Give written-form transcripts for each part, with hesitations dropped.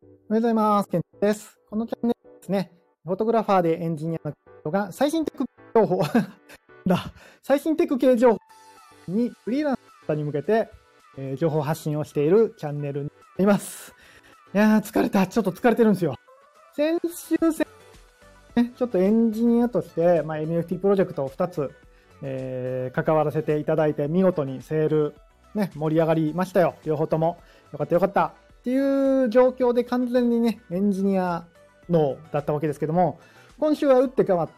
おはようございます。ケンです。このチャンネルですね、フォトグラファーでエンジニアの人が最新テク情報最新テク系情報にフリーランスに向けて、情報発信をしているチャンネルになります。いやー、疲れた。ちょっと疲れてるんですよ。先週、ちょっとエンジニアとして、NFT プロジェクトを2つ、関わらせていただいて、見事にセール、盛り上がりましたよ。両方とも。よかったよかった。っていう状況で完全にね、エンジニア脳だったわけですけども、今週は打って変わって、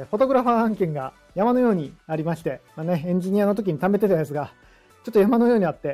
フォトグラファー案件が山のようにありまして、エンジニアの時に貯めてたやつが、ちょっと山のようにあって、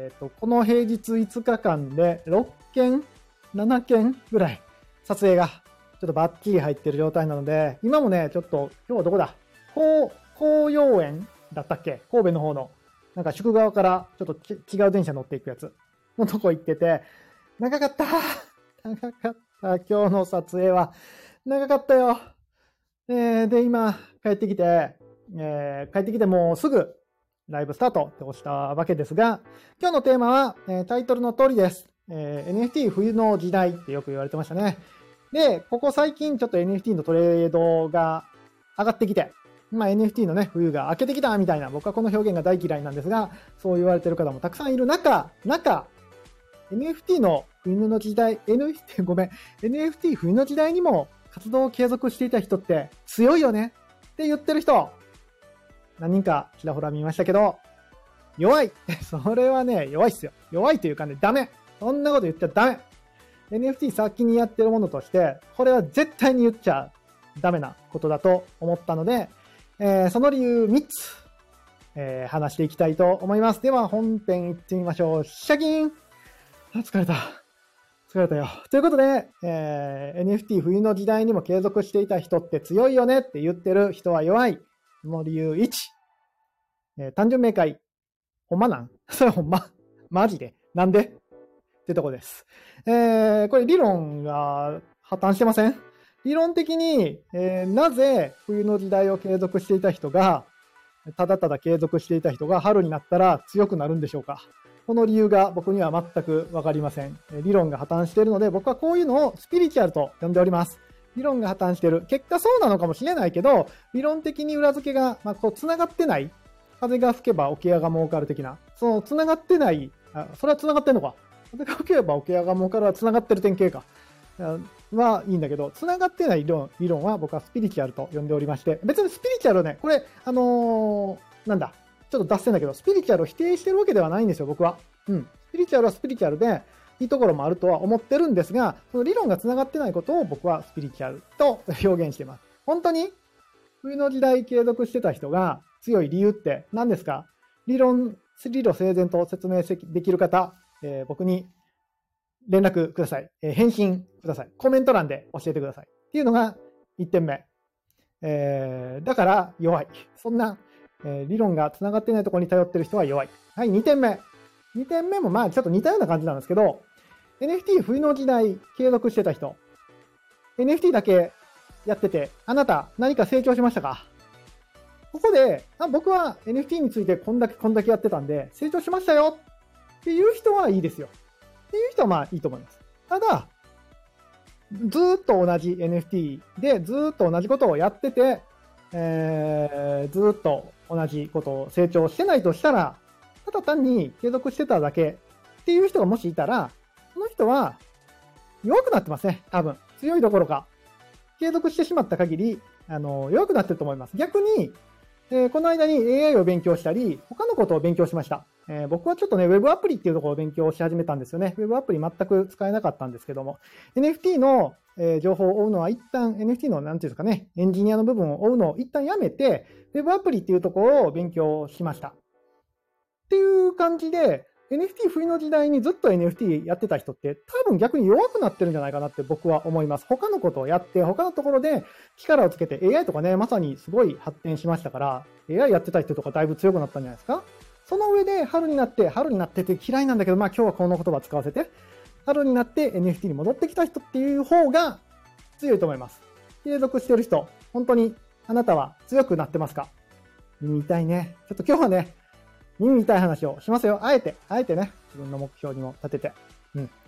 この平日5日間で6件、7件ぐらい撮影がちょっとバッチリ入ってる状態なので、今もね、ちょっと、今日はどこだ紅葉園だったっけ、神戸の方の、なんか宿川からちょっと違う電車乗っていくやつのとこ行ってて、長かった今日の撮影は。長かったよ。で、今、帰ってきてもうすぐライブスタートって押したわけですが、今日のテーマは、タイトルの通りです。NFT 冬の時代ってよく言われてましたね。で、ここ最近ちょっと NFT のトレードが上がってきて、NFT のね、冬が明けてきたみたいな、僕はこの表現が大嫌いなんですが、そう言われてる方もたくさんいる中、NFT の冬の時代、NFT 冬の時代にも活動を継続していた人って強いよねって言ってる人、何人かちらほら見ましたけど、弱い。それはね、弱いっすよ。弱いというかね、ダメ。そんなこと言っちゃダメ。NFT 先にやってるものとして、これは絶対に言っちゃダメなことだと思ったので、その理由3つ、話していきたいと思います。では本編行ってみましょう。シャキーン。疲れたよ。ということで、NFT 冬の時代にも継続していた人って強いよねって言ってる人は弱い。その理由1、単純明快。ほんまなんそれほんまマジでなんでってとこです。これ理論が破綻してません？理論的に、なぜ冬の時代を継続していた人が、ただただ継続していた人が春になったら強くなるんでしょうか？この理由が僕には全くわかりません。理論が破綻しているので、僕はこういうのをスピリチュアルと呼んでおります。理論が破綻している。結果そうなのかもしれないけど、理論的に裏付けが、繋がってない。風が吹けば桶屋が儲かる的な。その繋がってない、それは繋がってんのか。風が吹けば桶屋が儲かるは繋がってる典型か。はいいんだけど、繋がってない理論は僕はスピリチュアルと呼んでおりまして、別にスピリチュアルね、これ、ちょっと脱線だけど、スピリチュアルを否定してるわけではないんですよ、僕は。スピリチュアルはスピリチュアルで、いいところもあるとは思ってるんですが、その理論が繋がってないことを僕はスピリチュアルと表現しています。本当に冬の時代継続してた人が強い理由って何ですか？理路整然と説明できる方、僕に連絡ください。返信ください。コメント欄で教えてください。っていうのが1点目。だから弱い。そんな理論が繋がってないところに頼ってる人は弱い。はい、2点目。2点目もちょっと似たような感じなんですけど、NFT 冬の時代継続してた人、NFT だけやってて、あなた何か成長しましたか？ここで、僕は NFT についてこんだけやってたんで、成長しましたよっていう人はいいですよ。っていう人はいいと思います。ただ、ずーっと同じ NFT でずーっと同じことをやってて、ずーっと同じことを成長してないとしたら、ただ単に継続してただけっていう人がもしいたら、その人は弱くなってますね。多分。強いどころか。継続してしまった限り、弱くなってると思います。逆に、この間に AI を勉強したり、他のことを勉強しました。僕はちょっとね、Web アプリっていうところを勉強し始めたんですよね。Web アプリ全く使えなかったんですけども、NFT の情報を追うのは一旦 NFT のなんていうんですかね、エンジニアの部分を追うのを一旦やめて、Web アプリっていうところを勉強しました。っていう感じで、NFT 冬の時代にずっと NFT やってた人って多分逆に弱くなってるんじゃないかなって僕は思います。他のことをやって、他のところで力をつけて AI とかね、まさにすごい発展しましたから、AI やってた人とかだいぶ強くなったんじゃないですか？その上で春になってって嫌いなんだけど、今日はこの言葉使わせて、春になって NFT に戻ってきた人っていう方が強いと思います。継続してる人、本当にあなたは強くなってますか？見たいね。ちょっと今日はね、耳痛い話をしますよ。あえてね、自分の目標にも立てて。っ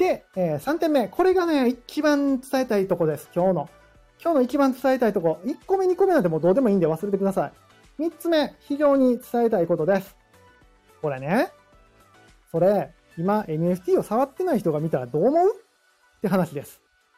で、3点目。これがね、一番伝えたいとこです。今日の一番伝えたいとこ。1個目、2個目なんてもうどうでもいいんで忘れてください。3つ目、非常に伝えたいことです。これね。それ、今 NFT を触ってない人が見たらどう思うって話です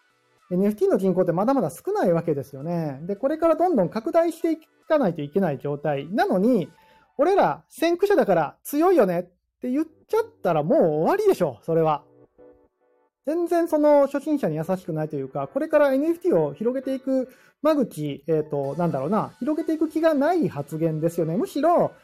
。NFT の人口ってまだまだ少ないわけですよね。で、これからどんどん拡大していかないといけない状態。なのに、俺ら先駆者だから強いよねって言っちゃったらもう終わりでしょ、それは。全然その初心者に優しくないというか、これから NFT を広げていく間口、広げていく気がない発言ですよね。むしろ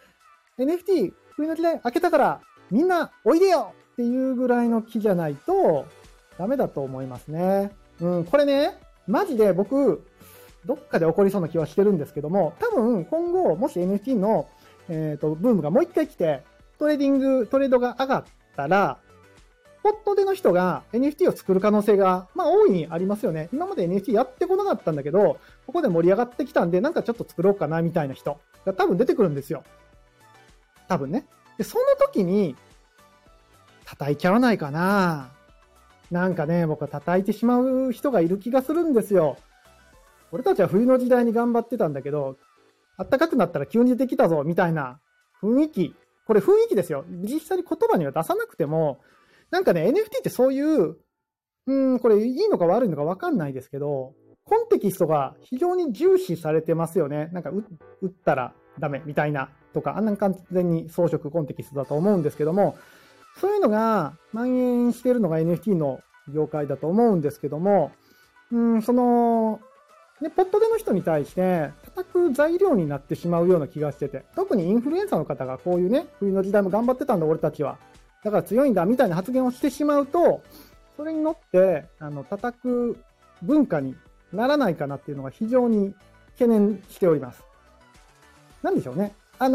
NFT 冬の時代開けたからみんなおいでよっていうぐらいの気じゃないとダメだと思いますね。これね、マジで僕、どっかで起こりそうな気はしてるんですけども、多分今後、もし NFT の、ブームがもう一回来て、トレードが上がったら、ポットでの人が NFT を作る可能性が、大いにありますよね。今まで NFT やってこなかったんだけど、ここで盛り上がってきたんで、なんかちょっと作ろうかな、みたいな人が多分出てくるんですよ。多分ね。で、その時に、叩いちゃわないかな。なんかね、僕は叩いてしまう人がいる気がするんですよ。俺たちは冬の時代に頑張ってたんだけど、暖かくなったら急に出てきたぞ、みたいな雰囲気。これ雰囲気ですよ。実際に言葉には出さなくても、なんかね、NFT ってそういう、これいいのか悪いのか分かんないですけど、コンテキストが非常に重視されてますよね。なんか打ったらダメみたいなとか、あんな完全に装飾コンテキストだと思うんですけども、そういうのが蔓延しているのが NFT の業界だと思うんですけども、ポットでの人に対して叩く材料になってしまうような気がしてて、特にインフルエンサーの方がこういうね、冬の時代も頑張ってたんだ俺たちは。だから強いんだみたいな発言をしてしまうと、それに乗って、叩く文化にならないかなっていうのが非常に懸念しております。なんでしょうね。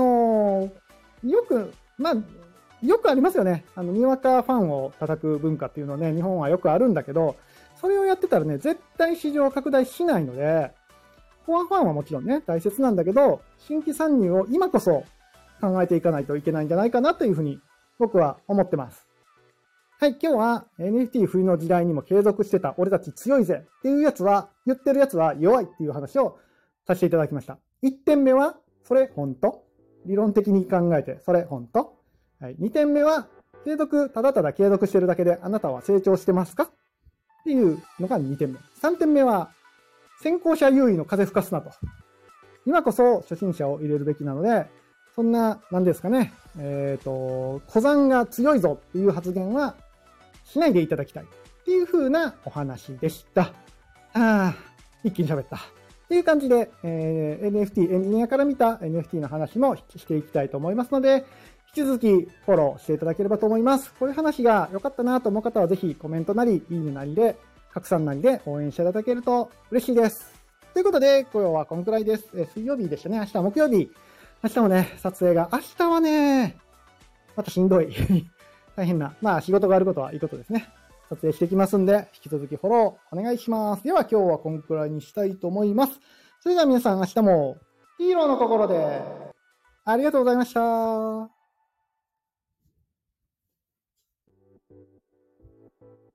よくありますよね。にわかファンを叩く文化っていうのね、日本はよくあるんだけど、それをやってたらね、絶対市場拡大しないので、コアファンはもちろんね、大切なんだけど、新規参入を今こそ考えていかないといけないんじゃないかなというふうに僕は思ってます。はい、今日は NFT 冬の時代にも継続してた俺たち強いぜっていうやつは、言ってるやつは弱いっていう話をさせていただきました。1点目は、それ本当？理論的に考えて、それ本当？はい、2点目は、ただただ継続してるだけであなたは成長してますかっていうのが2点目。3点目は、先行者優位の風吹かすなと。今こそ初心者を入れるべきなので、そんな、何ですかね、小山が強いぞっていう発言はしないでいただきたいっていう風なお話でした。一気に喋った。っていう感じで、NFT、エンジニアから見た NFT の話もしていきたいと思いますので、引き続きフォローしていただければと思います。こういう話が良かったなと思う方はぜひコメントなり、いいねなりで、拡散なりで応援していただけると嬉しいです。ということで、今日はこのくらいです。水曜日でしたね。明日は木曜日。明日もね、撮影が、明日はね、またしんどい。大変な。仕事があることはいいことですね。撮影していきますんで、引き続きフォローお願いします。では今日はこのくらいにしたいと思います。それでは皆さん明日もヒーローの心でありがとうございました。